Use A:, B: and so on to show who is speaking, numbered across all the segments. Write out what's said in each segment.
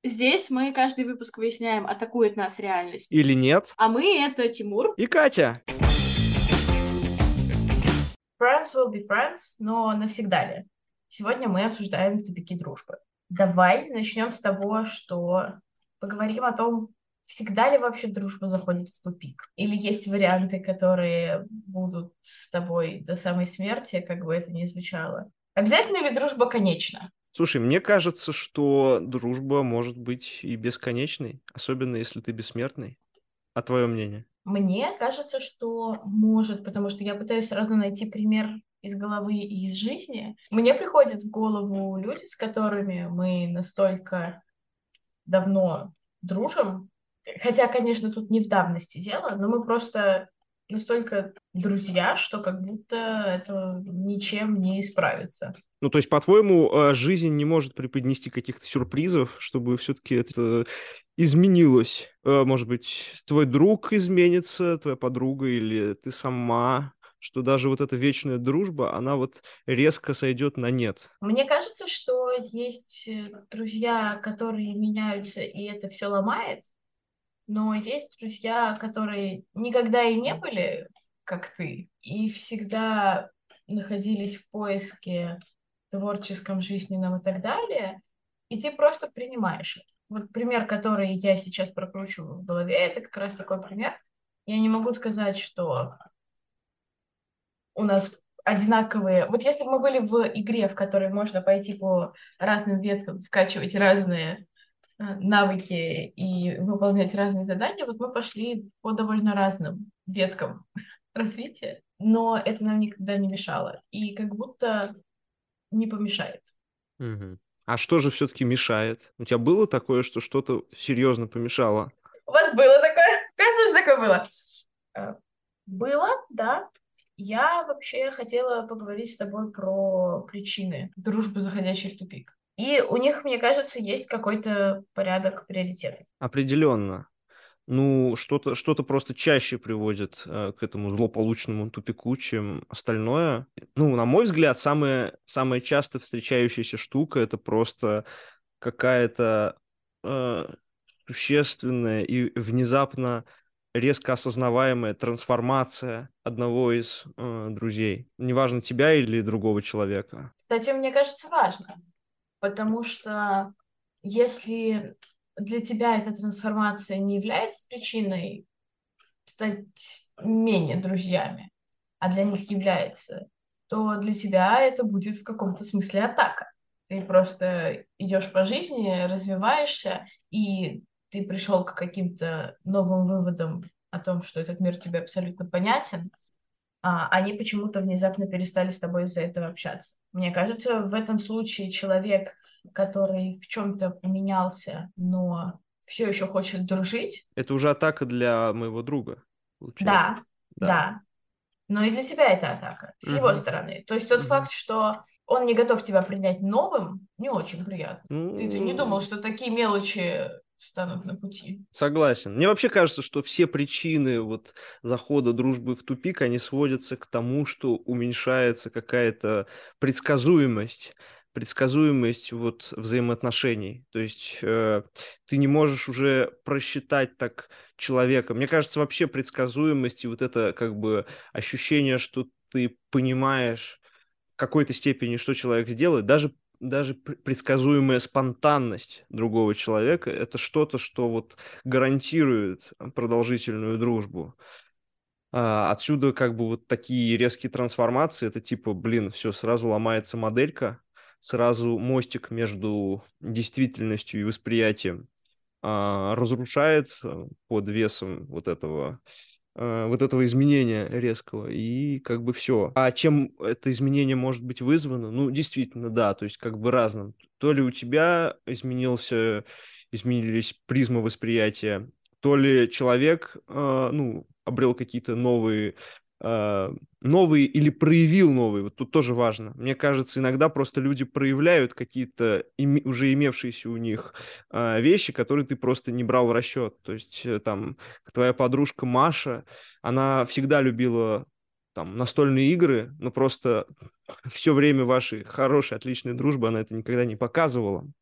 A: Здесь мы каждый выпуск выясняем, атакует нас реальность.
B: Или нет.
A: А мы — это Тимур.
B: И Катя.
A: Friends will be friends, но навсегда ли? Сегодня мы обсуждаем тупики дружбы. Давай начнем с того, что поговорим о том, всегда ли вообще дружба заходит в тупик. Или есть варианты, которые будут с тобой до самой смерти, как бы это ни звучало. Обязательно ли дружба конечна?
B: Слушай, мне кажется, что дружба может быть и бесконечной, особенно если ты бессмертный. А твое мнение?
A: Мне кажется, что может, потому что я пытаюсь сразу найти пример из головы и из жизни. Мне приходят в голову люди, с которыми мы настолько давно дружим. Хотя, конечно, тут не в давности дело, но мы просто настолько друзья, что как будто это ничем не исправится.
B: Ну, то есть, по-твоему, жизнь не может преподнести каких-то сюрпризов, чтобы все-таки это изменилось? Может быть, твой друг изменится, твоя подруга или ты сама, что даже вот эта вечная дружба, она вот резко сойдет на нет.
A: Мне кажется, что есть друзья, которые меняются, и это все ломает. Но есть друзья, которые никогда и не были, как ты, и всегда находились в поиске творческом, жизненном и так далее, и ты просто принимаешь это. Вот пример, который я сейчас прокручиваю в голове, это как раз такой пример. Я не могу сказать, что у нас одинаковые... Вот если бы мы были в игре, в которой можно пойти по разным веткам, вкачивать разные навыки и выполнять разные задания, вот мы пошли по довольно разным веткам развития, но это нам никогда не мешало и как будто не помешает.
B: Мгм. А что же все-таки мешает? У тебя было такое, что что-то серьезно помешало?
A: У вас было такое? Кажется, что такое было. Э, Было, да. Я вообще хотела поговорить с тобой про причины дружбы, заходящей в тупик. И у них, мне кажется, есть какой-то порядок приоритетов.
B: Определенно. Ну, что-то просто чаще приводит к этому злополучному тупику, чем остальное. Ну, на мой взгляд, самая часто встречающаяся штука — это просто какая-то э, существенная и внезапно резко осознаваемая трансформация одного из друзей. Неважно, тебя или другого человека.
A: Кстати, мне кажется, важно. Потому что если для тебя эта трансформация не является причиной стать менее друзьями, а для них является, то для тебя это будет в каком-то смысле атака. Ты просто идешь по жизни, развиваешься, и ты пришел к каким-то новым выводам о том, что этот мир тебе абсолютно понятен, а они почему-то внезапно перестали с тобой из-за этого общаться. Мне кажется, в этом случае человек, который в чем-то поменялся, но все еще хочет дружить,
B: Это уже атака для моего друга, получается.
A: да,
B: Да.
A: да, но и для тебя это атака с его
B: Мгм.
A: стороны. То есть тот
B: Мгм.
A: факт, что он не готов тебя принять новым, не очень приятно. Ты не думал,
B: Ну,
A: что такие мелочи станут на пути.
B: согласен. Мне вообще кажется, что все причины вот захода дружбы в тупик, они сводятся к тому, что уменьшается какая-то предсказуемость, предсказуемость вот взаимоотношений. То есть ты не можешь уже просчитать так человека. Мне кажется, вообще предсказуемость и вот это как бы ощущение, что ты понимаешь в какой-то степени, что человек сделает, даже предсказуемая спонтанность другого человека — это что-то, что вот гарантирует продолжительную дружбу. Отсюда как бы вот такие резкие трансформации, это типа, блин, все, сразу ломается моделька, сразу мостик между действительностью и восприятием разрушается под весом вот этого изменения резкого, и как бы все. А чем это изменение может быть вызвано? Ну, действительно, да, то есть как бы разным. То ли у тебя изменились призмы восприятия, то ли человек, ну, обрел какие-то новые или проявил новые. Вот тут тоже важно. Мне кажется, иногда просто люди проявляют какие-то уже имевшиеся у них вещи, которые ты просто не брал в расчет. То есть там твоя подружка Маша, она всегда любила там настольные игры, но просто все время вашей хорошей, отличной дружбы она это никогда не показывала.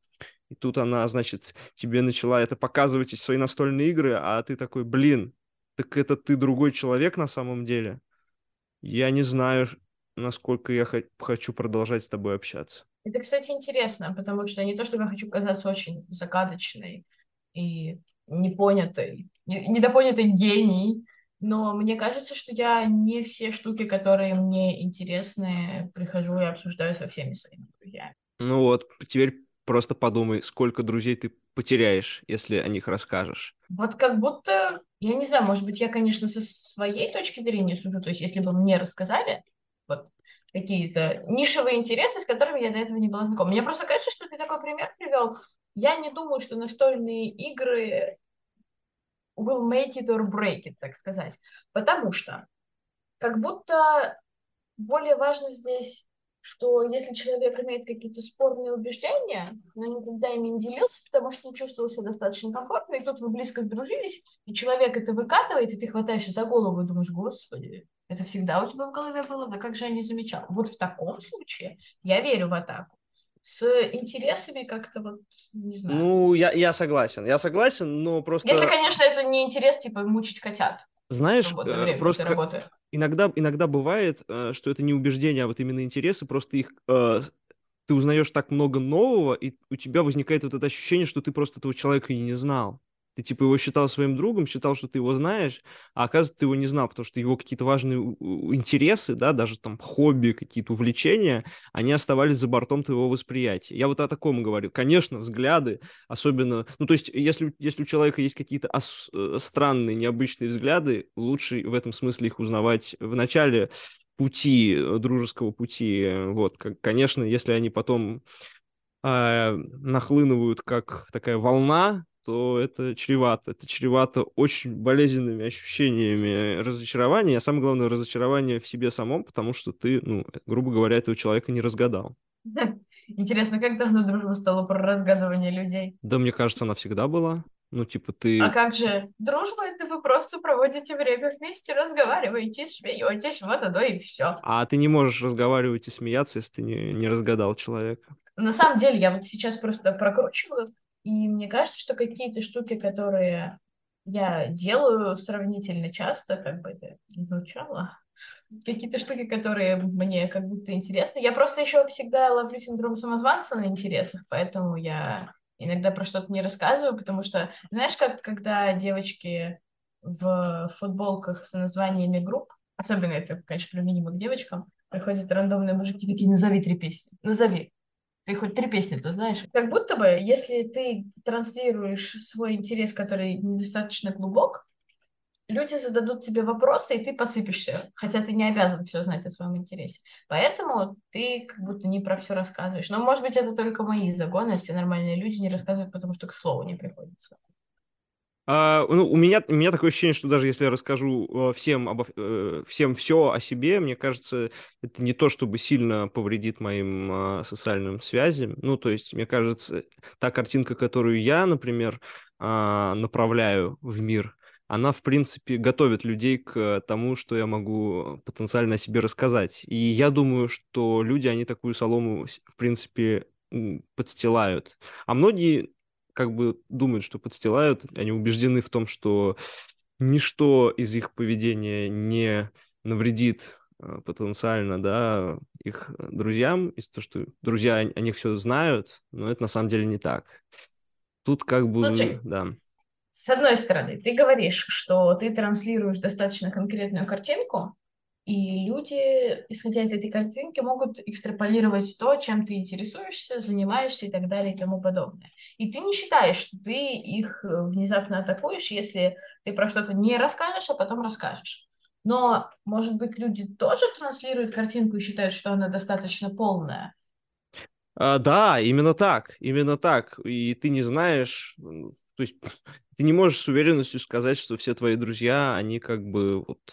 B: И тут она, значит, тебе начала это показывать, свои настольные игры, а ты такой, блин, так это ты другой человек на самом деле. Я не знаю, насколько я хочу продолжать с тобой общаться.
A: Это, кстати, интересно, потому что не то, чтобы я хочу казаться очень загадочной и непонятой, недопонятой гений, но мне кажется, что я не все штуки, которые мне интересны, прихожу и обсуждаю со всеми своими друзьями.
B: Ну вот, теперь просто подумай, сколько друзей ты потеряешь, если о них расскажешь.
A: Вот как будто, я не знаю, может быть, я, конечно, со своей точки зрения сужу, то есть если бы мне рассказали вот какие-то нишевые интересы, с которыми я до этого не была знакома. Мне просто кажется, что ты такой пример привел. Я не думаю, что настольные игры will make it or break it, так сказать. Потому что как будто более важно здесь, что если человек имеет какие-то спорные убеждения, но никогда ими не делился, потому что не чувствовал себя достаточно комфортно, и тут вы близко сдружились, и человек это выкатывает, и ты хватаешься за голову и думаешь, господи, это всегда у тебя в голове было, да как же я не замечал. Вот в таком случае я верю в атаку. С интересами как-то вот, не знаю.
B: Ну, я согласен, но
A: Если,
B: просто,
A: конечно, это не интерес, типа, мучить котят в
B: знаешь,
A: свободное время после работы.
B: иногда бывает, что это не убеждение, а вот именно интересы, просто ты узнаешь так много нового, и у тебя возникает вот это ощущение, что ты просто этого человека и не знал. Ты типа его считал своим другом, считал, что ты его знаешь, а оказывается, ты его не знал, потому что его какие-то важные интересы, да, даже там хобби, какие-то увлечения, они оставались за бортом твоего восприятия. Я вот о таком говорю. Конечно, взгляды, особенно, ну, то есть, если у человека есть какие-то странные, необычные взгляды, лучше в этом смысле их узнавать в начале пути, дружеского пути. Вот, конечно, если они потом нахлынывают как такая волна, то это чревато. Это чревато очень болезненными ощущениями разочарования, а самое главное, разочарование в себе самом, потому что ты, ну, грубо говоря, этого человека не разгадал.
A: Интересно, как давно дружба стала про разгадывание людей?
B: Да, мне кажется, она всегда была. Ну, типа,
A: А
B: ты...
A: как же дружба? Это вы просто проводите время вместе, разговариваете, смеетесь, вот оно и все.
B: А ты не можешь разговаривать и смеяться, если ты не разгадал человека.
A: На самом деле, я вот сейчас просто прокручиваю, и мне кажется, что какие-то штуки, которые я делаю сравнительно часто, как бы это ни звучало, какие-то штуки, которые мне как будто интересны. Я просто еще всегда ловлю синдром самозванца на интересах, поэтому я иногда про что-то не рассказываю, потому что, знаешь, как когда девочки в футболках с названиями групп, особенно это, конечно, применимо к девочкам, приходят рандомные мужики такие, назови 3 песни, назови. Ты хоть 3 песни-то знаешь? Как будто бы, если ты транслируешь свой интерес, который недостаточно глубок, люди зададут тебе вопросы, и ты посыпешься, хотя ты не обязан все знать о своем интересе. Поэтому ты как будто не про все рассказываешь. Но, может быть, это только мои загоны, а все нормальные люди не рассказывают, потому что к слову не приходится.
B: Ну, у меня такое ощущение, что даже если я расскажу всем все о себе, мне кажется, это не то, чтобы сильно повредит моим социальным связям. Ну, то есть, мне кажется, та картинка, которую я, например, направляю в мир, она, в принципе, готовит людей к тому, что я могу потенциально о себе рассказать. И я думаю, что люди, они такую солому, в принципе, подстилают. А многие как бы думают, что подстилают, они убеждены в том, что ничто из их поведения не навредит потенциально, да, их друзьям, из того, что друзья о них все знают, но это на самом деле не так. Тут как бы,
A: Слушай,
B: да.
A: с одной стороны, ты говоришь, что ты транслируешь достаточно конкретную картинку, и люди, исходя из этой картинки, могут экстраполировать то, чем ты интересуешься, занимаешься и так далее и тому подобное. И ты не считаешь, что ты их внезапно атакуешь, если ты про что-то не расскажешь, а потом расскажешь. Но, может быть, люди тоже транслируют картинку и считают, что она достаточно полная.
B: Да, именно так, именно так. И ты не знаешь, то есть ты не можешь с уверенностью сказать, что все твои друзья, они как бы вот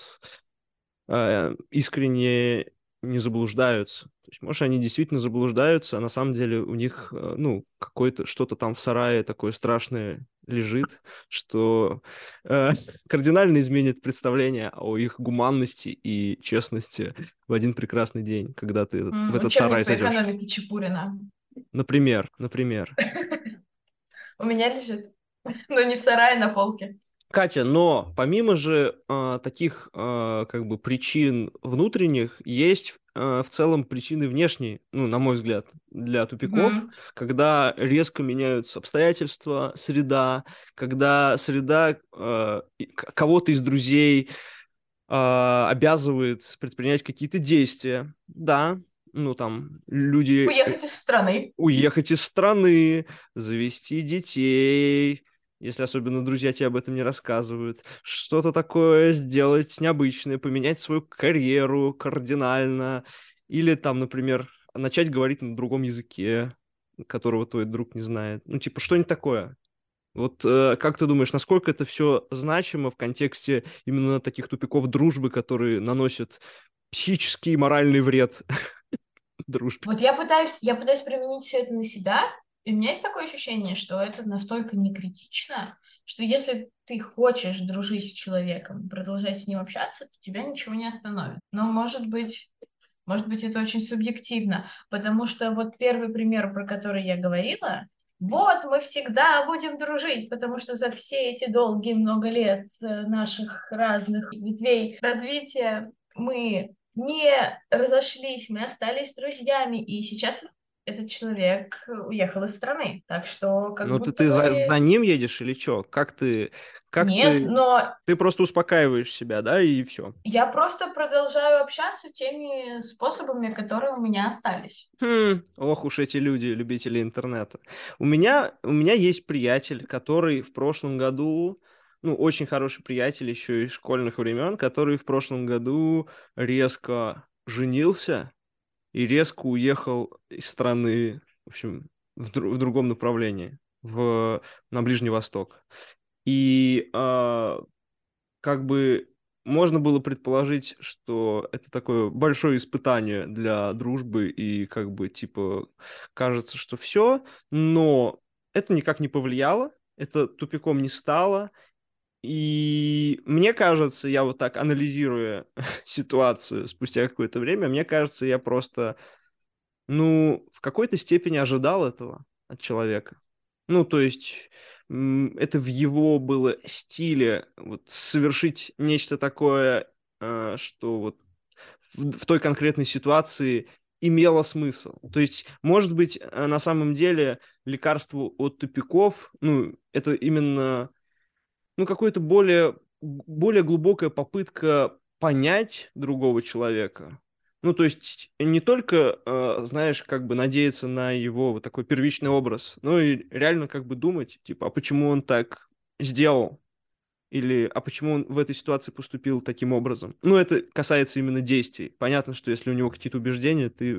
B: искренне не заблуждаются. То есть, может, они действительно заблуждаются, а на самом деле у них, ну, какое-то что-то там в сарае такое страшное лежит, что э, кардинально изменит представление о их гуманности и честности в один прекрасный день, когда ты в этот
A: Учебник
B: сарай
A: по
B: зайдешь.
A: экономике Чепурина.
B: Например.
A: У меня лежит, но не в сарае, на полке.
B: Катя, но помимо же таких как бы причин внутренних, есть в целом причины внешние, ну, на мой взгляд, для тупиков,
A: Мгм.
B: когда резко меняются обстоятельства, среда, когда среда кого-то из друзей обязывает предпринять какие-то действия. Да, ну там люди
A: Уехать из страны.
B: уехать из страны, завести детей, если особенно друзья тебе об этом не рассказывают, что-то такое сделать необычное, поменять свою карьеру кардинально, или там, например, начать говорить на другом языке, которого твой друг не знает. Ну, типа, что-нибудь такое. Вот как ты думаешь, насколько это все значимо в контексте именно таких тупиков дружбы, которые наносят психический и моральный вред дружбе?
A: Вот я пытаюсь применить все это на себя, и у меня есть такое ощущение, что это настолько не критично, что если ты хочешь дружить с человеком, продолжать с ним общаться, то тебя ничего не остановит. Но может быть, это очень субъективно, потому что вот первый пример, про который я говорила, вот мы всегда будем дружить, потому что за все эти долгие много лет наших разных ветвей развития мы не разошлись, мы остались друзьями, и сейчас этот человек уехал из страны. Так что как
B: Ну,
A: будто
B: ты за
A: бы
B: ним едешь или что? Как
A: нет,
B: ты,
A: но
B: ты просто успокаиваешь себя, да, и все.
A: я просто продолжаю общаться теми способами, которые у меня остались.
B: Ох уж эти люди, любители интернета. У меня есть приятель, который в прошлом году, ну, очень хороший приятель еще из школьных времен, который в прошлом году резко женился и резко уехал из страны, в общем, в другом направлении, на Ближний Восток. И как бы можно было предположить, что это такое большое испытание для дружбы, и как бы типа кажется, что все, но это никак не повлияло, это тупиком не стало. И мне кажется, я вот так анализируя ситуацию спустя какое-то время, мне кажется, я просто ну, в какой-то степени ожидал этого от человека. Ну, то есть, это в его было стиле вот совершить нечто такое, что вот в той конкретной ситуации имело смысл. То есть, может быть, на самом деле лекарство от тупиков, ну, это именно ну, какое-то более глубокая попытка понять другого человека. Ну, то есть не только, знаешь, как бы надеяться на его вот такой первичный образ, но и реально как бы думать, типа, а почему он так сделал? Или, а почему он в этой ситуации поступил таким образом? Ну, это касается именно действий. Понятно, что если у него какие-то убеждения, ты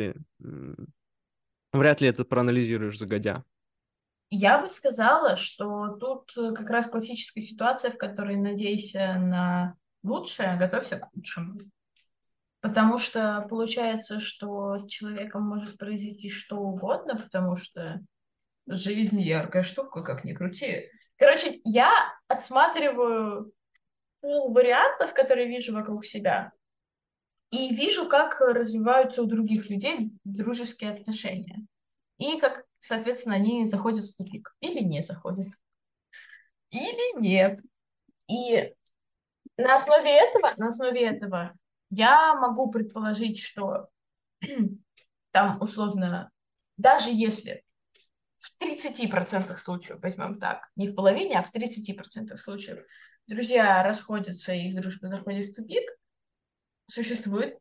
B: вряд ли это проанализируешь загодя.
A: Я бы сказала, что тут как раз классическая ситуация, в которой надейся на лучшее, готовься к лучшему. Потому что получается, что с человеком может произойти что угодно, потому что жизнь яркая штука, как ни крути. Короче, я отсматриваю пул вариантов, которые вижу вокруг себя, и вижу, как развиваются у других людей дружеские отношения. И как, соответственно, они заходят в тупик. Или не заходят. Или нет. И на основе этого я могу предположить, что там условно, даже если в 30% случаев, возьмем так, не в половине, а в 30% случаев, друзья расходятся и их дружба заходит в тупик, существует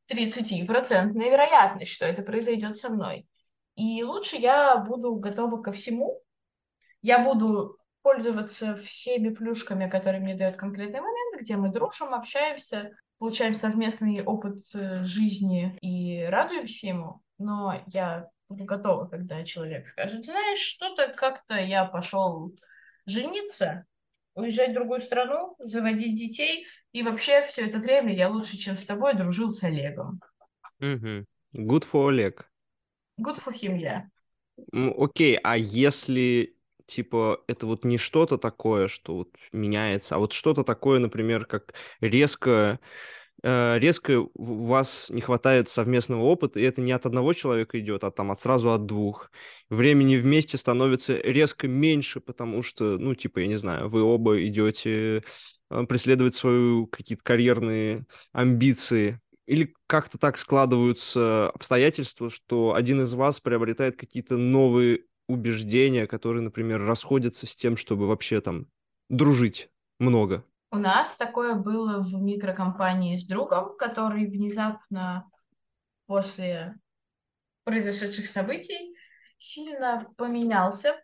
A: 30% вероятность, что это произойдет со мной. И лучше я буду готова ко всему, я буду пользоваться всеми плюшками, которые мне дает конкретный момент, где мы дружим, общаемся, получаем совместный опыт жизни и радуемся ему. Но я буду готова, когда человек скажет, знаешь, что-то как-то я пошел жениться, уезжать в другую страну, заводить детей, и вообще все это время я лучше, чем с тобой, дружил с Олегом.
B: Мгм. Good for Олег.
A: Good for him, yeah.
B: Окей, а если, типа, это вот не что-то такое, что вот меняется, а вот что-то такое, например, как резко резко у вас не хватает совместного опыта, и это не от одного человека идет, а там сразу от двух. Времени вместе становится резко меньше, потому что, ну, типа, я не знаю, вы оба идете преследовать свои какие-то карьерные амбиции, или как-то так складываются обстоятельства, что один из вас приобретает какие-то новые убеждения, которые, например, расходятся с тем, чтобы вообще там дружить много.
A: У нас такое было в микрокомпании с другом, который внезапно после произошедших событий сильно поменялся.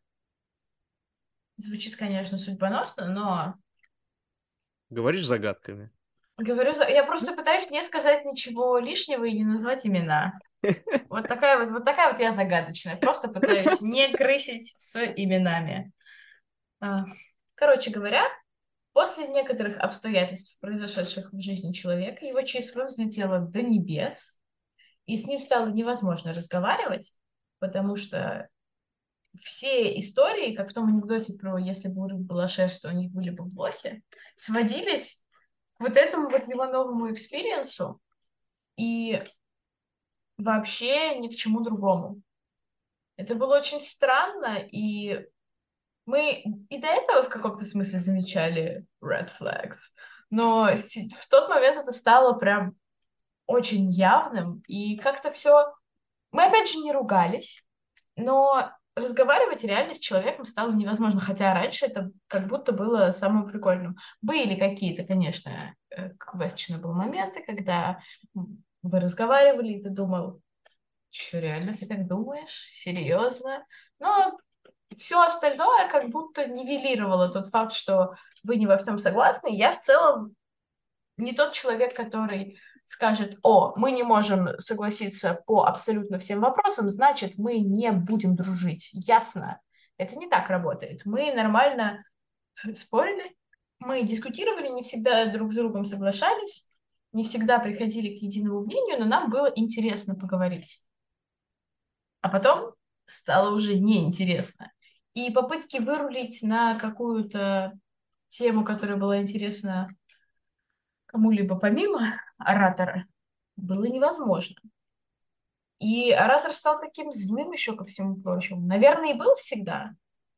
A: Звучит, конечно, судьбоносно, но
B: Говоришь загадками.
A: говорю, я просто пытаюсь не сказать ничего лишнего и не назвать имена. Вот такая вот я загадочная. Просто пытаюсь не крысить с именами. А, Короче говоря, после некоторых обстоятельств, произошедших в жизни человека, его число взлетело до небес, и с ним стало невозможно разговаривать, потому что все истории, как в том анекдоте про «если бы у рыб была шерсть, то у них были бы блохи», сводились к вот этому вот его новому экспириенсу и вообще ни к чему другому. Это было очень странно, и мы и до этого в каком-то смысле замечали red flags, но в тот момент это стало прям очень явным, и как-то все... Мы опять же не ругались, но разговаривать реально с человеком стало невозможно, хотя раньше это как будто было самым прикольным. Были какие-то, конечно, questionable моменты, когда вы разговаривали, и ты думал, что реально ты так думаешь? Серьезно? Но все остальное как будто нивелировало тот факт, что вы не во всем согласны. Я в целом не тот человек, который скажет: о, мы не можем согласиться по абсолютно всем вопросам, значит, мы не будем дружить. Ясно. Это не так работает. Мы нормально спорили, мы дискутировали, не всегда друг с другом соглашались, не всегда приходили к единому мнению, но нам было интересно поговорить. А потом стало уже неинтересно. И попытки вырулить на какую-то тему, которая была интересна кому-либо помимо оратора, было невозможно. И оратор стал таким злым еще ко всему прочему. Наверное, и был всегда,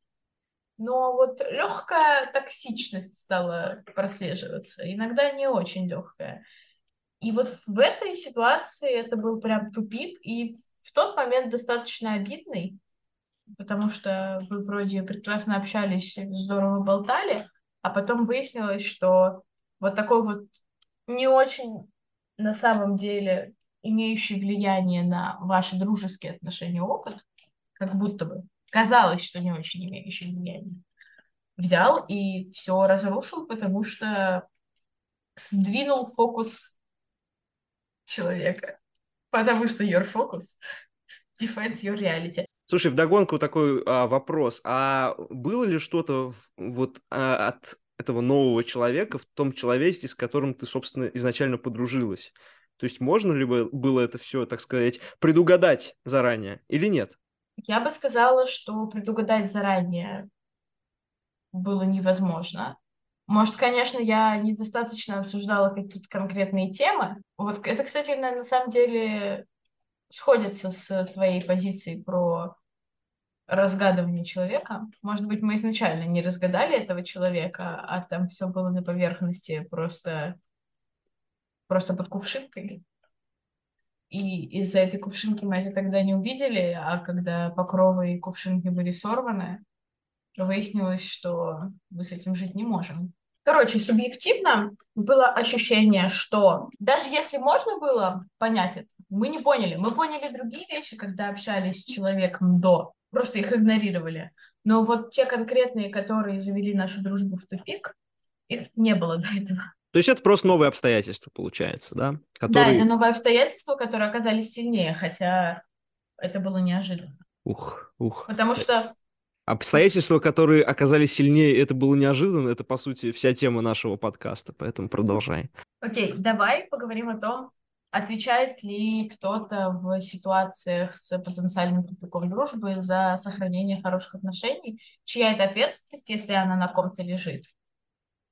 A: но вот легкая токсичность стала прослеживаться, иногда не очень легкая. И вот в этой ситуации это был прям тупик, и в тот момент достаточно обидный, потому что вы вроде прекрасно общались, здорово болтали, а потом выяснилось, что вот такой вот не очень на самом деле имеющий влияние на ваши дружеские отношения опыт, как будто бы казалось, что не очень имеющий влияние, взял и все разрушил, потому что сдвинул фокус человека. Потому что your focus defines your reality.
B: Слушай, вдогонку такой вопрос. А было ли что-то вот от этого нового человека в том человеке, с которым ты, собственно, изначально подружилась? То есть можно ли было это все, так сказать, предугадать заранее или нет?
A: Я бы сказала, что предугадать заранее было невозможно. Может, конечно, я недостаточно обсуждала какие-то конкретные темы. Вот это, кстати, на самом деле сходится с твоей позицией про разгадывание человека. Может быть, мы изначально не разгадали этого человека, а там все было на поверхности просто под кувшинкой. И из-за этой кувшинки мы это тогда не увидели, а когда покровы и кувшинки были сорваны, выяснилось, что мы с этим жить не можем. Короче, субъективно было ощущение, что даже если можно было понять это, мы не поняли. Мы поняли другие вещи, когда общались с человеком до, просто их игнорировали. Но вот те конкретные, которые завели нашу дружбу в тупик, их не было до этого.
B: То есть это просто новые обстоятельства, получается, да?
A: Да, это
B: Которые...
A: новые обстоятельства, которые оказались сильнее, хотя это было неожиданно.
B: Ух.
A: Потому что,
B: Обстоятельства, которые оказались сильнее, это было неожиданно, это, по сути, вся тема нашего подкаста, поэтому продолжай.
A: окей, давай поговорим о том, отвечает ли кто-то в ситуациях с потенциальным тупиком дружбы за сохранение хороших отношений, чья это ответственность, если она на ком-то лежит.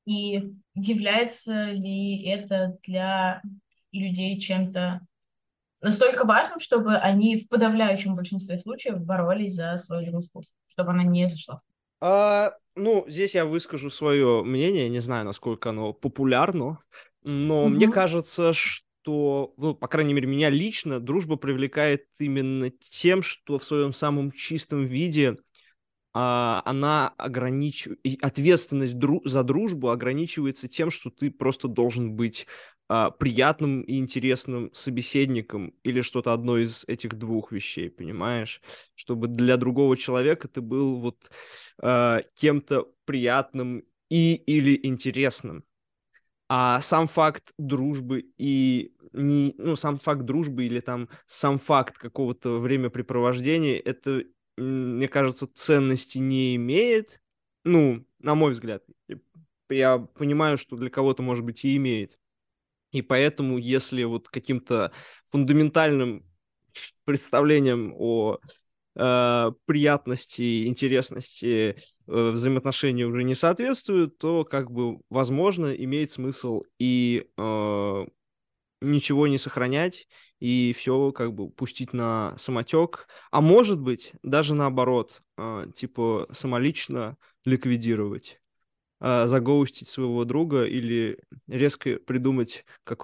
A: И является ли это для людей чем-то настолько важным, чтобы они в подавляющем большинстве случаев боролись за свою дружбу, чтобы она не зашла?
B: Ну, здесь я выскажу свое мнение, не знаю, насколько оно популярно, но мне
A: Мгм.
B: кажется, что, ну, по крайней мере, меня лично дружба привлекает именно тем, что в своем самом чистом виде она и ответственность за дружбу ограничивается тем, что ты просто должен быть приятным и интересным собеседником или что-то одно из этих двух вещей, понимаешь? Чтобы для другого человека ты был вот кем-то приятным и или интересным. А сам факт дружбы и не, ну, сам факт дружбы или там сам факт какого-то времяпрепровождения, это, мне кажется, ценности не имеет. Ну, на мой взгляд. Я понимаю, что для кого-то, может быть, и имеет. И поэтому, если вот каким-то фундаментальным представлением о приятности, интересности взаимоотношений уже не соответствуют, то как бы возможно имеет смысл и ничего не сохранять и все как бы пустить на самотек, а может быть даже наоборот, типа самолично ликвидировать, загоустить своего друга или резко придумать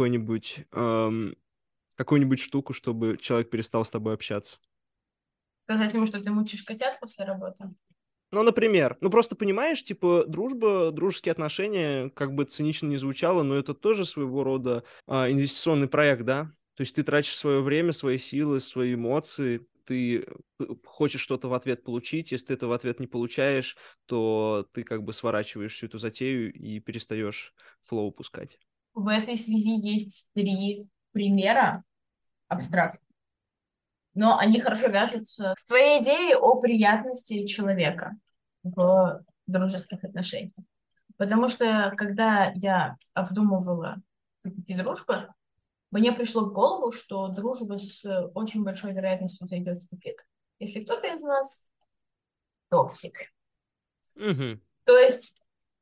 B: какую-нибудь штуку, чтобы человек перестал с тобой общаться.
A: Сказать ему, что ты мучишь котят после работы?
B: Ну, например, ну просто понимаешь, типа дружба, дружеские отношения, как бы цинично не звучало, но это тоже своего рода инвестиционный проект, да? То есть ты тратишь свое время, свои силы, свои эмоции, ты хочешь что-то в ответ получить, если ты это в ответ не получаешь, то ты как бы сворачиваешь всю эту затею и перестаешь флоу пускать.
A: В этой связи есть три примера абстрактных, но они хорошо вяжутся с твоей идеей о приятности человека в дружеских отношениях. Потому что, когда я обдумывала такие дружбы, мне пришло в голову, что дружба с очень большой вероятностью зайдет в тупик, если кто-то из нас токсик.
B: Угу.
A: То есть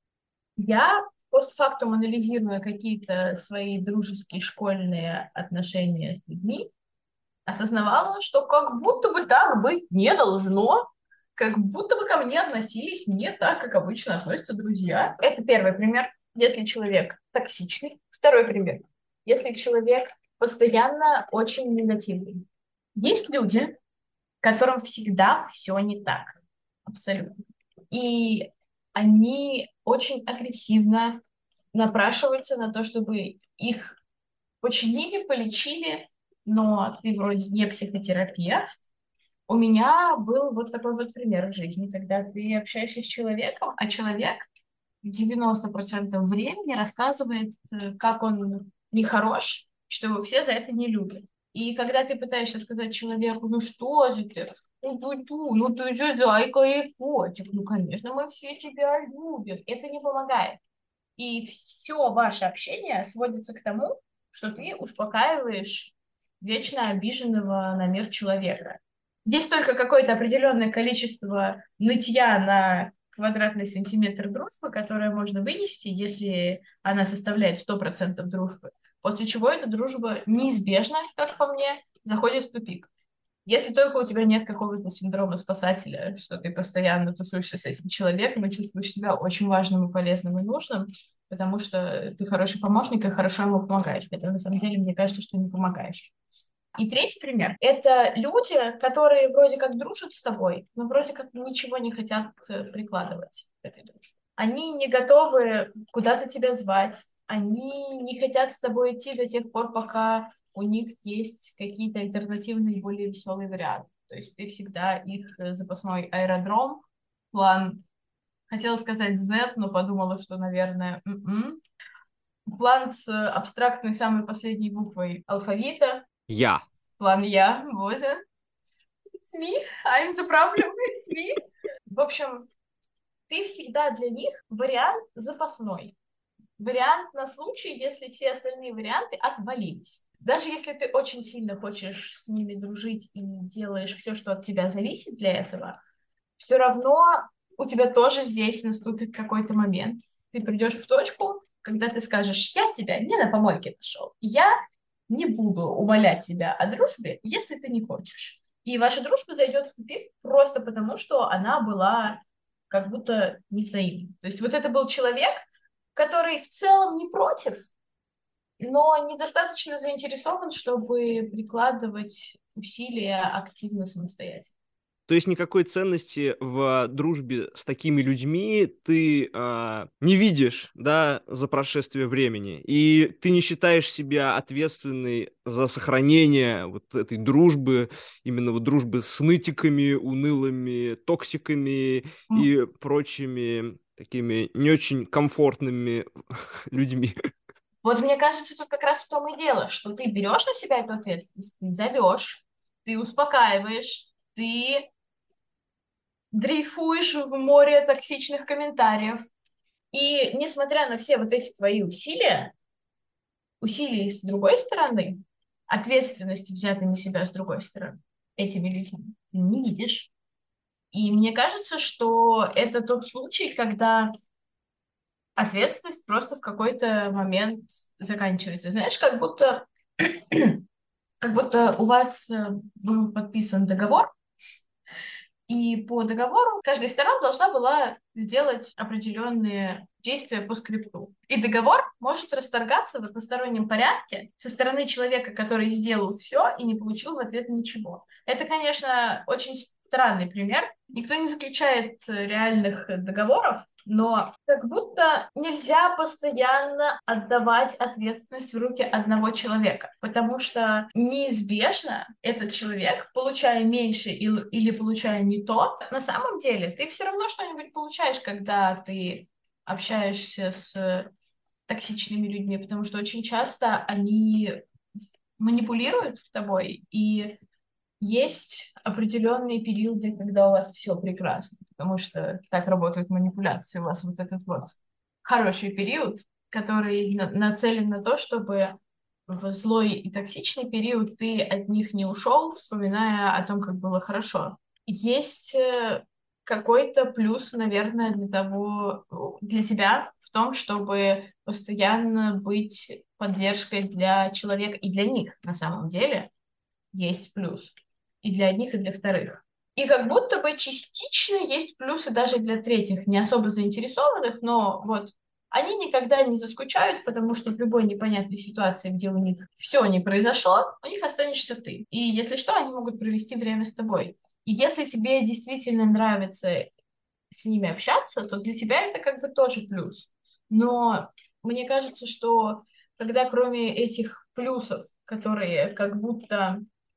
A: я постфактум, анализируя какие-то свои дружеские школьные отношения с людьми, осознавала, что как будто бы так быть не должно, как будто бы ко мне относились не так, как обычно относятся друзья. Это первый пример, если человек токсичный. Второй пример, если человек постоянно очень негативный. Есть люди, которым всегда все не так. Абсолютно. И они очень агрессивно напрашиваются на то, чтобы их починили, полечили, но ты вроде не психотерапевт. У меня был вот такой вот пример в жизни, когда ты общаешься с человеком, а человек 90% времени рассказывает, как он нехорош, что его все за это не любят. И когда ты пытаешься сказать человеку, ну что же ты, ну ты же зайка и котик, ну конечно мы все тебя любим, это не помогает. И все ваше общение сводится к тому, что ты успокаиваешь вечно обиженного на мир человека. Здесь только какое-то определенное количество нытья на квадратный сантиметр дружбы, которое можно вынести, если она составляет 100% дружбы, после чего эта дружба неизбежно, как по мне, заходит в тупик. Если только у тебя нет какого-то синдрома спасателя, что ты постоянно тусуешься с этим человеком и чувствуешь себя очень важным и полезным и нужным, потому что ты хороший помощник и хорошо ему помогаешь. Хотя на самом деле мне кажется, что не помогаешь. И третий пример — это люди, которые вроде как дружат с тобой, но вроде как ничего не хотят прикладывать к этой дружбе. Они не готовы куда-то тебя звать, они не хотят с тобой идти до тех пор, пока у них есть какие-то альтернативные, более веселые варианты. То есть ты всегда их запасной аэродром, план, хотела сказать Z, но подумала, что, наверное, план с абстрактной самой последней буквой алфавита,
B: Я.
A: план Я, вот он. It's me, I'm the problem, it's me. В общем, ты всегда для них вариант запасной. Вариант на случай, если все остальные варианты отвалились. Даже если ты очень сильно хочешь с ними дружить и делаешь все, что от тебя зависит для этого, все равно у тебя тоже здесь наступит какой-то момент, ты придешь в точку, когда ты скажешь, я себя не на помойке нашел. Я не буду умолять тебя о дружбе, если ты не хочешь. И ваша дружба зайдет в тупик просто потому, что она была как будто невзаимной. То есть вот это был человек, который в целом не против, но недостаточно заинтересован, чтобы прикладывать усилия активно самостоятельно.
B: То есть никакой ценности в дружбе с такими людьми ты не видишь, да, за прошествие времени, и ты не считаешь себя ответственной за сохранение вот этой дружбы, именно вот дружбы с нытиками, унылыми, токсиками и прочими такими не очень комфортными людьми.
A: Вот мне кажется, тут как раз в том и дело, что ты берешь на себя эту ответственность, ты зовешь, ты успокаиваешь, ты дрейфуешь в море токсичных комментариев. И несмотря на все вот эти твои усилия с другой стороны, ответственности, взятой на себя с другой стороны, этими людьми, ты не видишь. И мне кажется, что это тот случай, когда ответственность просто в какой-то момент заканчивается. Знаешь, как будто у вас был подписан договор, и по договору каждая из сторон должна была сделать определенные действия по скрипту. И договор может расторгаться в одностороннем порядке со стороны человека, который сделал все и не получил в ответ ничего. Это, конечно, очень странный пример. Никто не заключает реальных договоров, но как будто нельзя постоянно отдавать ответственность в руки одного человека, потому что неизбежно этот человек, получая меньше или получая не то, на самом деле ты все равно что-нибудь получаешь, когда ты общаешься с токсичными людьми, потому что очень часто они манипулируют тобой, и есть определенные периоды, когда у вас все прекрасно, потому что так работают манипуляции. У вас вот этот вот хороший период, который нацелен на то, чтобы в злой и токсичный период ты от них не ушел, вспоминая о том, как было хорошо. Есть какой-то плюс, наверное, для тебя в том, чтобы постоянно быть поддержкой для человека и для них на самом деле есть плюс. И для одних, и для вторых. И как будто бы частично есть плюсы даже для третьих, не особо заинтересованных, но вот они никогда не заскучают, потому что в любой непонятной ситуации, где у них все не произошло, у них останешься ты. И если что, они могут провести время с тобой. И если тебе действительно нравится с ними общаться, то для тебя это как бы тоже плюс. Но мне кажется, что когда кроме этих плюсов, которые как будто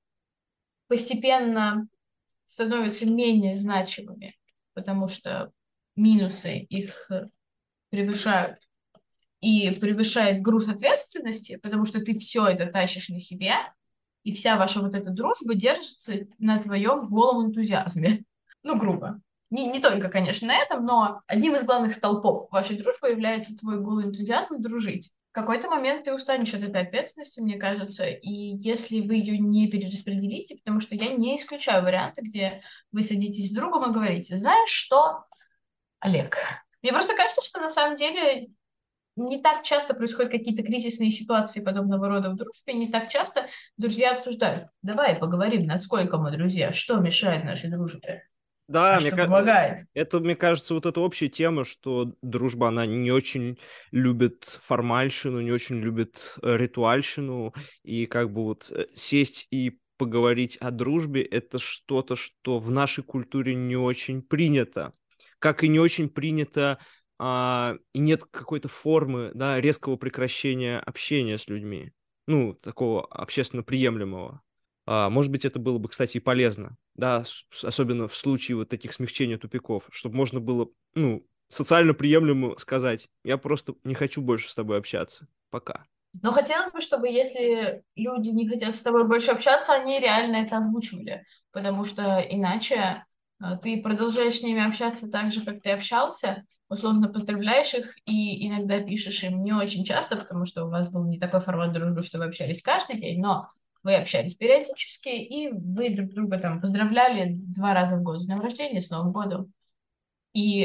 A: постепенно становятся менее значимыми, потому что минусы их превышают. И превышает груз ответственности, потому что ты все это тащишь на себе, и вся ваша вот эта дружба держится на твоем голом энтузиазме. Ну, грубо. Не только, конечно, на этом, но одним из главных столпов вашей дружбы является твой голый энтузиазм дружить. В какой-то момент ты устанешь от этой ответственности, мне кажется, и если вы ее не перераспределите, потому что я не исключаю варианты, где вы садитесь с другом и говорите, знаешь что, Олег, мне просто кажется, что на самом деле не так часто происходят какие-то кризисные ситуации подобного рода в дружбе, не так часто друзья обсуждают, давай поговорим, насколько мы друзья, что мешает нашей дружбе, а
B: Да,
A: что помогает.
B: это, мне кажется, вот эта общая тема, что дружба, она не очень любит формальщину, не очень любит ритуальщину, и как бы вот сесть и поговорить о дружбе — это что-то, что в нашей культуре не очень принято. Как и не очень принято, и нет какой-то формы, да, резкого прекращения общения с людьми, ну, такого общественно приемлемого. Может быть, это было бы, кстати, и полезно, да, особенно в случае вот таких смягчения тупиков, чтобы можно было, ну, социально приемлемо сказать, я просто не хочу больше с тобой общаться. Пока.
A: Но хотелось бы, чтобы если люди не хотят с тобой больше общаться, они реально это озвучивали, потому что иначе ты продолжаешь с ними общаться так же, как ты общался, условно поздравляешь их и иногда пишешь им не очень часто, потому что у вас был не такой формат дружбы, что вы общались каждый день, но вы общались периодически, и вы друг друга там поздравляли 2 раза в год с днем рождения, с Новым годом. И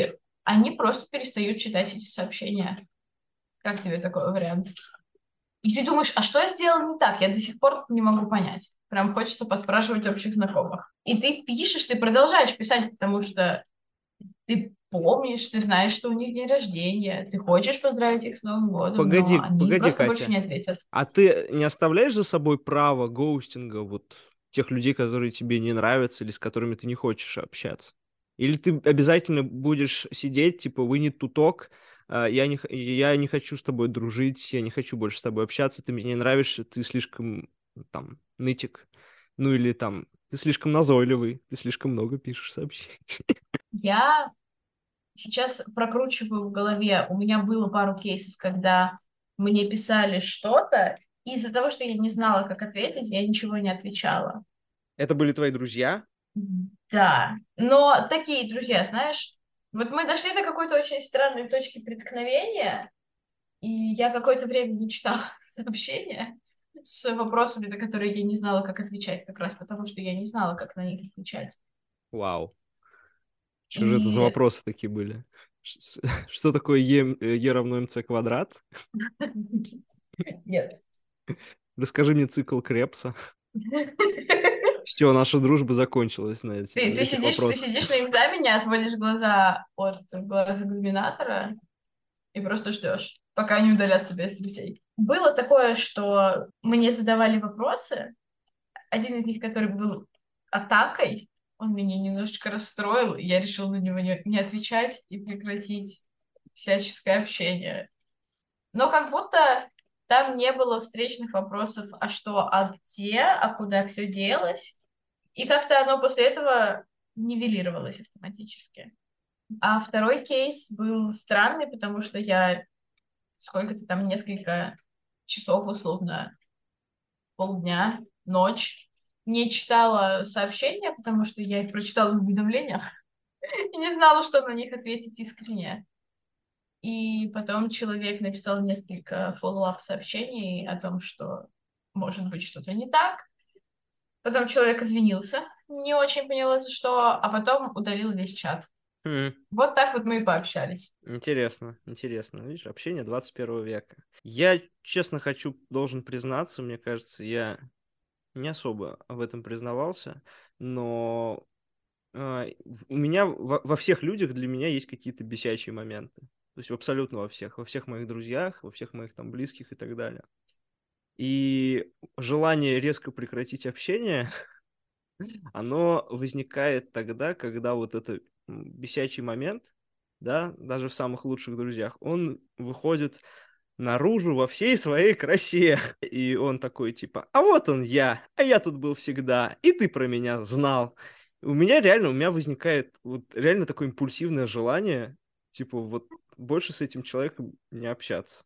A: они просто перестают читать эти сообщения. Как тебе такой вариант? И ты думаешь, а что я сделала не так? Я до сих пор не могу понять. Прям хочется поспрашивать общих знакомых. И ты пишешь, ты продолжаешь писать, потому что ты помнишь, ты знаешь, что у них день рождения, ты хочешь поздравить их с Новым годом, но
B: Погоди,
A: они
B: погоди,
A: просто больше
B: Катя.
A: не ответят.
B: А ты не оставляешь за собой право гоустинга вот тех людей, которые тебе не нравятся или с которыми ты не хочешь общаться? Или ты обязательно будешь сидеть, типа, we need to talk, я не хочу с тобой дружить, я не хочу больше с тобой общаться, ты мне не нравишься, ты слишком, там, нытик, ну или там, ты слишком назойливый, ты слишком много пишешь сообщений.
A: Я сейчас прокручиваю в голове, у меня было пару кейсов, когда мне писали что-то, и из-за того, что я не знала, как ответить, я ничего не отвечала.
B: Это были твои друзья?
A: Да, но такие друзья, знаешь, вот мы дошли до какой-то очень странной точки преткновения, и я какое-то время не читала сообщения с вопросами, на которые я не знала, как отвечать, как раз потому, что я не знала, как на них отвечать.
B: Вау. Что же это за
A: И
B: вопросы такие были? Что такое Е равно МЦ квадрат?
A: нет.
B: Расскажи мне цикл Крепса. Все, наша дружба закончилась на
A: Ты
B: этих
A: сидишь, ты
B: вопросах.
A: сидишь на экзамене, отводишь глаза от глаз экзаменатора и просто ждешь, пока они удалят тебя из друзей. Было такое, что мне задавали вопросы. Один из них, который был атакой, он меня немножечко расстроил, и я решила на него не отвечать и прекратить всяческое общение. Но как будто там не было встречных вопросов, а что, а где, а куда все делось. И как-то оно после этого нивелировалось автоматически. А второй кейс был странный, потому что я сколько-то там, несколько часов условно, полдня, ночь, не читала сообщения, потому что я их прочитала в уведомлениях и не знала, что на них ответить искренне. И потом человек написал несколько фоллоуап сообщений о том, что может быть что-то не так. Потом человек извинился, не очень поняла за что, а потом удалил весь чат.
B: Хм,
A: Вот так вот мы и пообщались.
B: интересно, интересно. Видишь, общение 21 века. Я, честно должен признаться, мне кажется, я не особо в этом признавался, но у меня во всех людях для меня есть какие-то бесячие моменты. То есть абсолютно во всех моих друзьях, во всех моих там близких и так далее. И желание резко прекратить общение, оно возникает тогда, когда вот этот бесячий момент, да, даже в самых лучших друзьях, он выходит наружу во всей своей красе. И он такой, типа, а вот он я, а я тут был всегда, и ты про меня знал. У меня возникает вот реально такое импульсивное желание, типа, вот больше с этим человеком не общаться.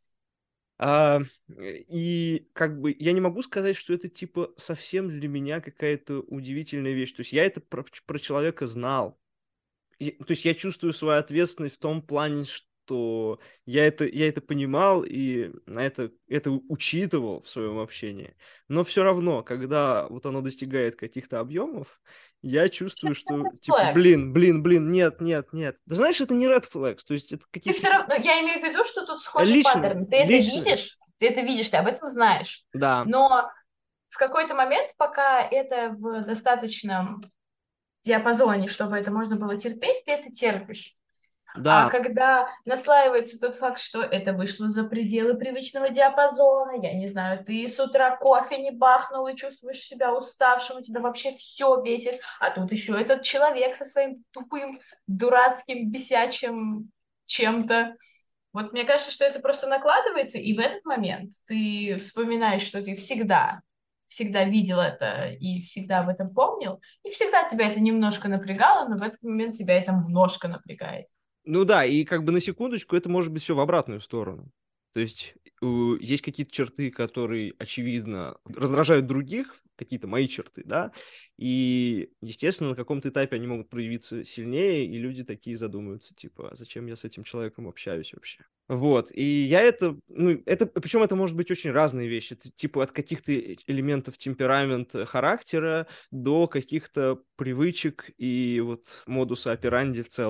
B: И как бы я не могу сказать, что это типа совсем для меня какая-то удивительная вещь. То есть я это про человека знал. То есть я чувствую свою ответственность в том плане, что я это понимал и это учитывал в своем общении. Но все равно, когда вот оно достигает каких-то объемов, я чувствую, что типа,
A: Флекс.
B: нет, нет, нет. Да знаешь, это не red flags, то есть это
A: Ты
B: какие-то
A: все равно, я имею в виду, что тут схожий
B: личные,
A: паттерн.
B: личные,
A: Ты это видишь, ты об этом знаешь.
B: да,
A: Но в какой-то момент, пока это в достаточном диапазоне, чтобы это можно было терпеть, ты это терпишь. А
B: да.
A: когда наслаивается тот факт, что это вышло за пределы привычного диапазона, я не знаю, ты с утра кофе не бахнул и чувствуешь себя уставшим, тебя вообще все бесит, а тут еще этот человек со своим тупым, дурацким, бесячим чем-то. Вот мне кажется, что это просто накладывается, и в этот момент ты вспоминаешь, что ты всегда видел это и всегда об этом помнил, и всегда тебя это немножко напрягало, но в этот момент тебя это немножко напрягает.
B: Ну да, и как бы на секундочку это может быть все в обратную сторону. То есть есть какие-то черты, которые, очевидно, раздражают других, какие-то мои черты, да, и, естественно, на каком-то этапе они могут проявиться сильнее, и люди такие задумаются, типа, а зачем я с этим человеком общаюсь вообще? Вот, и я это, ну, это, причем это может быть очень разные вещи, типа от каких-то элементов темперамента, характера до каких-то привычек и вот модуса операнди в целом.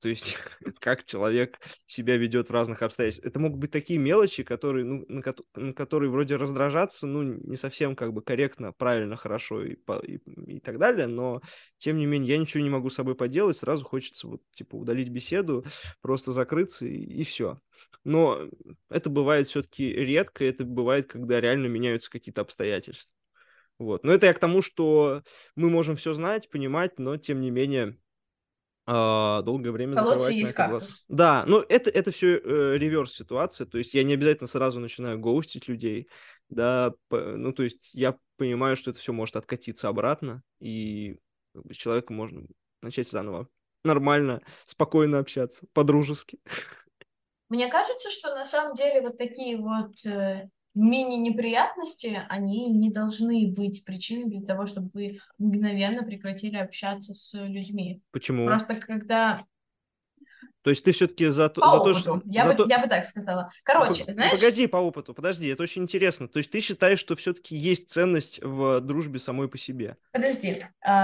B: То есть как человек себя ведет в разных обстоятельствах. Это могут быть такие мелочи, которые, ну, на которые вроде раздражаться, ну, не совсем как бы корректно, правильно, хорошо и так далее, но тем не менее я ничего не могу с собой поделать, сразу хочется вот типа удалить беседу, просто закрыться и все. Но это бывает все-таки редко, это бывает, когда реально меняются какие-то обстоятельства. Вот. Но это я к тому, что мы можем все знать, понимать, но тем не менее долгое время
A: В колодце
B: закрывать на
A: есть
B: это глаз.
A: кактус.
B: Да, ну это все реверс ситуация, то есть я не обязательно сразу начинаю гоустить людей, да, ну то есть я понимаю, что это все может откатиться обратно, и как бы с человеком можно начать заново. Нормально, спокойно общаться, по-дружески.
A: Мне кажется, что на самом деле вот такие вот мини-неприятности, они не должны быть причиной для того, чтобы вы мгновенно прекратили общаться с людьми.
B: Почему?
A: Просто когда
B: То есть ты все-таки
A: по
B: за то, что...
A: опыту, я бы так сказала. Короче,
B: Ну
A: знаешь,
B: погоди по опыту, подожди, это очень интересно. То есть ты считаешь, что все-таки есть ценность в дружбе самой по себе?
A: подожди,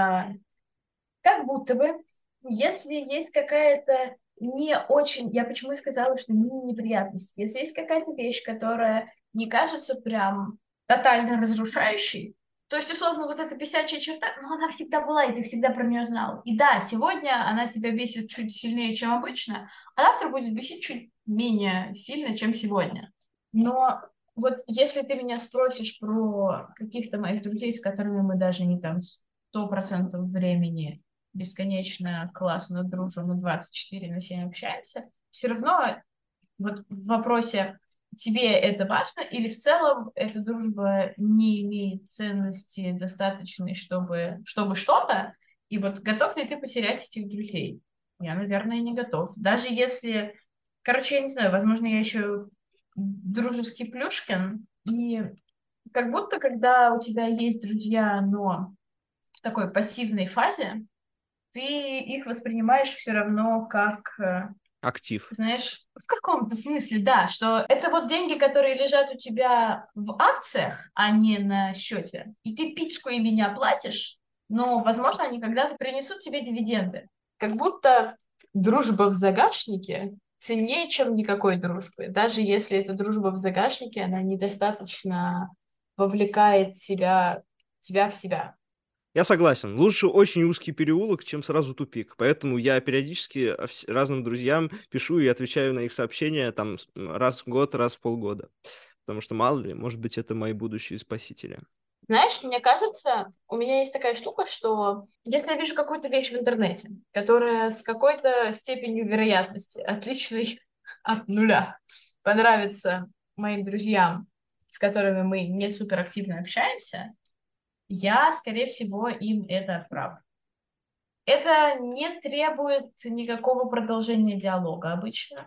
A: как будто бы, если есть какая-то не очень, я почему и сказала, что мини-неприятность, если есть какая-то вещь, которая не кажется прям тотально разрушающей, то есть, условно, вот эта бесячая черта, но она всегда была, и ты всегда про нее знал. И да, сегодня она тебя бесит чуть сильнее, чем обычно, а завтра будет бесить чуть менее сильно, чем сегодня. Но вот если ты меня спросишь про каких-то моих друзей, с которыми мы даже не там 100% времени бесконечно классно дружим и 24/7 общаемся, все равно вот в вопросе тебе это важно или в целом эта дружба не имеет ценности достаточной, чтобы что-то, и вот готов ли ты потерять этих друзей? Я, наверное, не готов. Даже если, короче, я не знаю, возможно, я еще дружеский плюшкин, и как будто, когда у тебя есть друзья, но в такой пассивной фазе, ты их воспринимаешь все равно как,
B: Актив.
A: знаешь, в каком-то смысле, да, что это вот деньги, которые лежат у тебя в акциях, а не на счете, и ты пичку ими не оплатишь, но, возможно, они когда-то принесут тебе дивиденды. Как будто дружба в загашнике ценнее, чем никакой дружбы. Даже если эта дружба в загашнике, она недостаточно вовлекает тебя в себя.
B: Я согласен. Лучше очень узкий переулок, чем сразу тупик. Поэтому я периодически разным друзьям пишу и отвечаю на их сообщения там раз в год, раз в полгода. Потому что, мало ли, может быть, это мои будущие спасители.
A: Знаешь, мне кажется, у меня есть такая штука, что если я вижу какую-то вещь в интернете, которая с какой-то степенью вероятности, отличной от нуля, понравится моим друзьям, с которыми мы не суперактивно общаемся, я, скорее всего, им это отправлю. Это не требует никакого продолжения диалога обычно.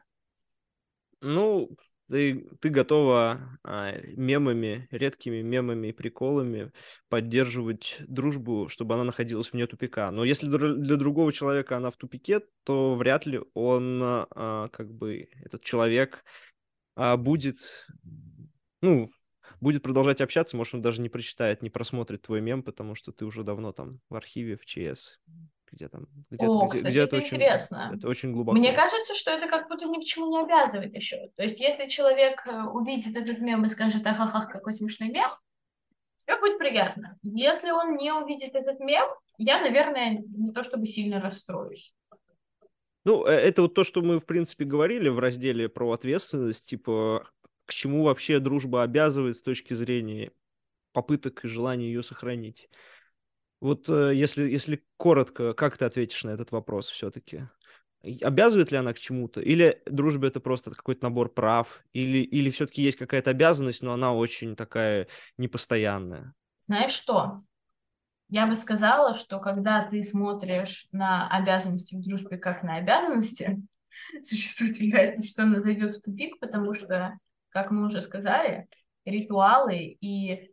B: Ну, ты готова мемами, редкими мемами и приколами поддерживать дружбу, чтобы она находилась вне тупика. Но если для другого человека она в тупике, то вряд ли он, как бы, этот человек будет, ну, будет продолжать общаться, может, он даже не прочитает, не просмотрит твой мем, потому что ты уже давно там в архиве, в ЧС, где там,
A: О, кстати, это интересно.
B: где-то очень
A: Мне
B: глубоко.
A: кажется, что это как будто ни к чему не обязывает еще. То есть, если человек увидит этот мем и скажет, ахахах, какой смешной мем, тебе будет приятно. Если он не увидит этот мем, я, наверное, не то чтобы сильно расстроюсь.
B: Ну, это вот то, что мы, в принципе, говорили в разделе про ответственность, типа, к чему вообще дружба обязывает с точки зрения попыток и желания ее сохранить. Вот если коротко, как ты ответишь на этот вопрос все-таки? Обязывает ли она к чему-то? Или дружба это просто какой-то набор прав? Или все-таки есть какая-то обязанность, но она очень такая непостоянная?
A: Знаешь что? Я бы сказала, что когда ты смотришь на обязанности в дружбе как на обязанности, существует вероятность, что она зайдет в тупик, потому что, как мы уже сказали, ритуалы и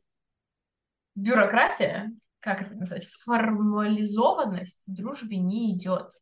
A: бюрократия, как это назвать, формализованность в дружбе не идет.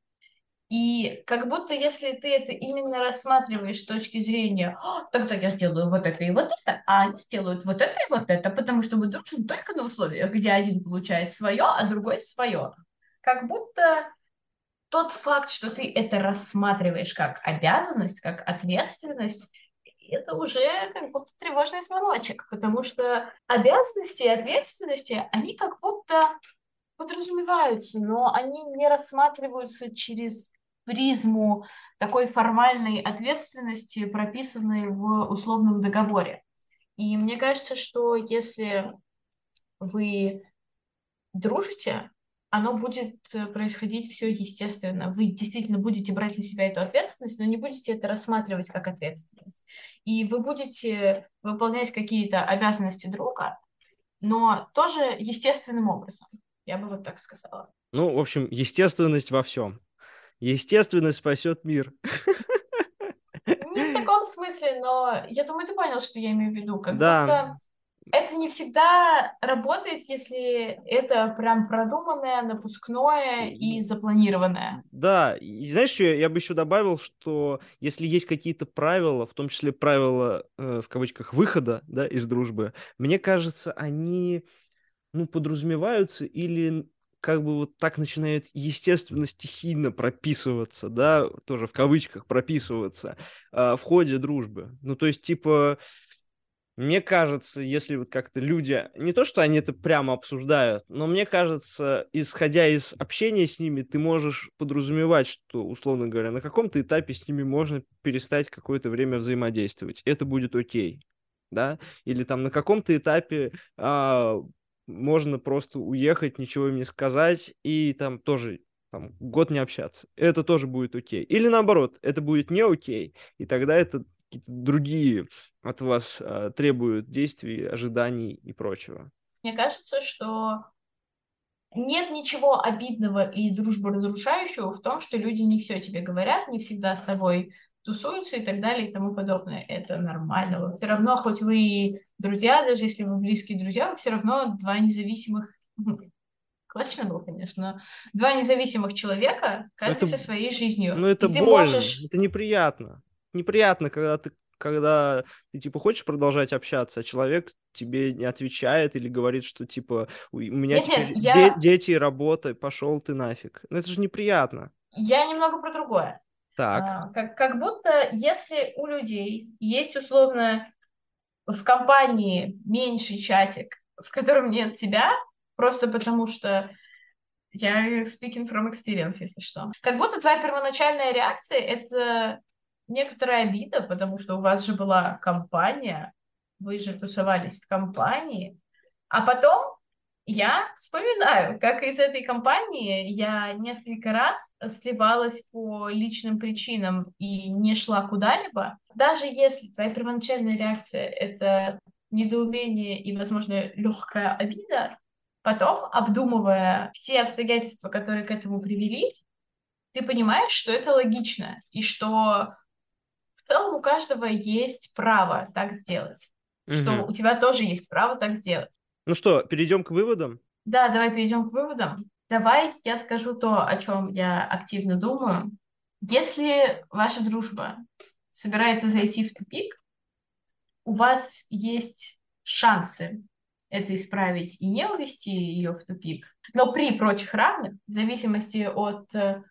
A: И как будто если ты это именно рассматриваешь с точки зрения, тогда я сделаю вот это и вот это, а они сделают вот это и вот это, потому что мы дружим только на условиях, где один получает свое, а другой свое. Как будто тот факт, что ты это рассматриваешь как обязанность, как ответственность, это уже как будто тревожный звоночек, потому что обязанности и ответственности, они как будто подразумеваются, но они не рассматриваются через призму такой формальной ответственности, прописанной в условном договоре. И мне кажется, что если вы дружите, оно будет происходить все естественно. Вы действительно будете брать на себя эту ответственность, но не будете это рассматривать как ответственность. И вы будете выполнять какие-то обязанности друга, но тоже естественным образом. Я бы вот так сказала.
B: Ну, в общем, естественность во всем. Естественность спасет мир.
A: Не в таком смысле, но я думаю, ты понял, что я имею в виду. Как
B: Да,
A: будто это не всегда работает, если это прям продуманное, напускное и запланированное.
B: да. И знаешь, что я бы еще добавил, что если есть какие-то правила, в том числе правила, в кавычках, выхода, да, из дружбы, мне кажется, они, ну, подразумеваются или как бы вот так начинают естественно, стихийно прописываться, да, тоже в кавычках прописываться, в ходе дружбы. Ну, то есть, типа, мне кажется, если вот как-то люди, не то, что они это прямо обсуждают, но мне кажется, исходя из общения с ними, ты можешь подразумевать, что, условно говоря, на каком-то этапе с ними можно перестать какое-то время взаимодействовать. Это будет окей, да? Или там на каком-то этапе можно просто уехать, ничего им не сказать, и там тоже там, год не общаться. Это тоже будет окей. Или наоборот, это будет не окей, и тогда это какие-то другие от вас требуют действий, ожиданий и прочего.
A: Мне кажется, что нет ничего обидного и дружбу разрушающего в том, что люди не все тебе говорят, не всегда с тобой тусуются и так далее и тому подобное. Это нормально. Вы все равно, хоть вы и друзья, даже если вы близкие друзья, вы все равно два независимых, классично было, конечно, но два независимых человека,
B: Но
A: каждый со своей жизнью.
B: это
A: И ты
B: больно,
A: можешь...
B: это неприятно. Неприятно, когда ты, типа, хочешь продолжать общаться, а человек тебе не отвечает или говорит, что, типа, у меня
A: Нет-нет,
B: теперь
A: я,
B: дети и работа, пошел ты нафиг. Ну, это же неприятно.
A: я немного про другое.
B: Так.
A: Как будто если у людей есть условно в компании меньший чатик, в котором нет тебя, просто потому что я speaking from experience, если что. Как будто твоя первоначальная реакция — это некоторая обида, потому что у вас же была компания, вы же тусовались в компании, а потом я вспоминаю, как из этой компании я несколько раз сливалась по личным причинам и не шла куда-либо. Даже если твоя первоначальная реакция — это недоумение и, возможно, легкая обида, потом, обдумывая все обстоятельства, которые к этому привели, ты понимаешь, что это логично и что в целом у каждого есть право так сделать, что
B: Мгм.
A: у тебя тоже есть право так сделать.
B: Ну что, перейдем к выводам?
A: Да, давай перейдем к выводам. Давай я скажу то, о чем я активно думаю. Если ваша дружба собирается зайти в тупик, у вас есть шансы это исправить и не увести ее в тупик. Но при прочих равных, в зависимости от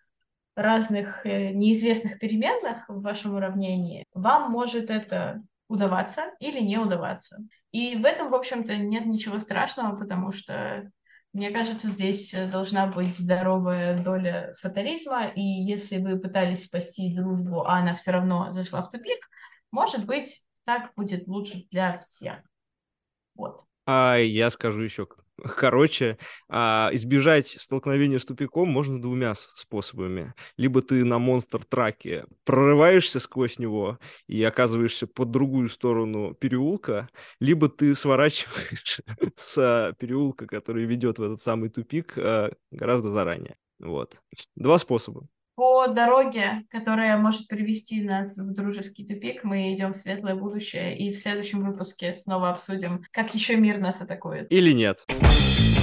A: разных неизвестных переменных в вашем уравнении, вам может это удаваться или не удаваться. И в этом, в общем-то, нет ничего страшного, потому что, мне кажется, здесь должна быть здоровая доля фатализма, и если вы пытались спасти дружбу, а она все равно зашла в тупик, может быть, так будет лучше для всех. Вот.
B: А я скажу еще короче, избежать столкновения с тупиком можно двумя способами. Либо ты на монстр-траке прорываешься сквозь него и оказываешься по другую сторону переулка, либо ты сворачиваешь с переулка, который ведет в этот самый тупик, гораздо заранее. Вот. Два способа.
A: По дороге, которая может привести нас в дружеский тупик, мы идем в светлое будущее, и в следующем выпуске снова обсудим, как еще мир нас атакует.
B: Или нет.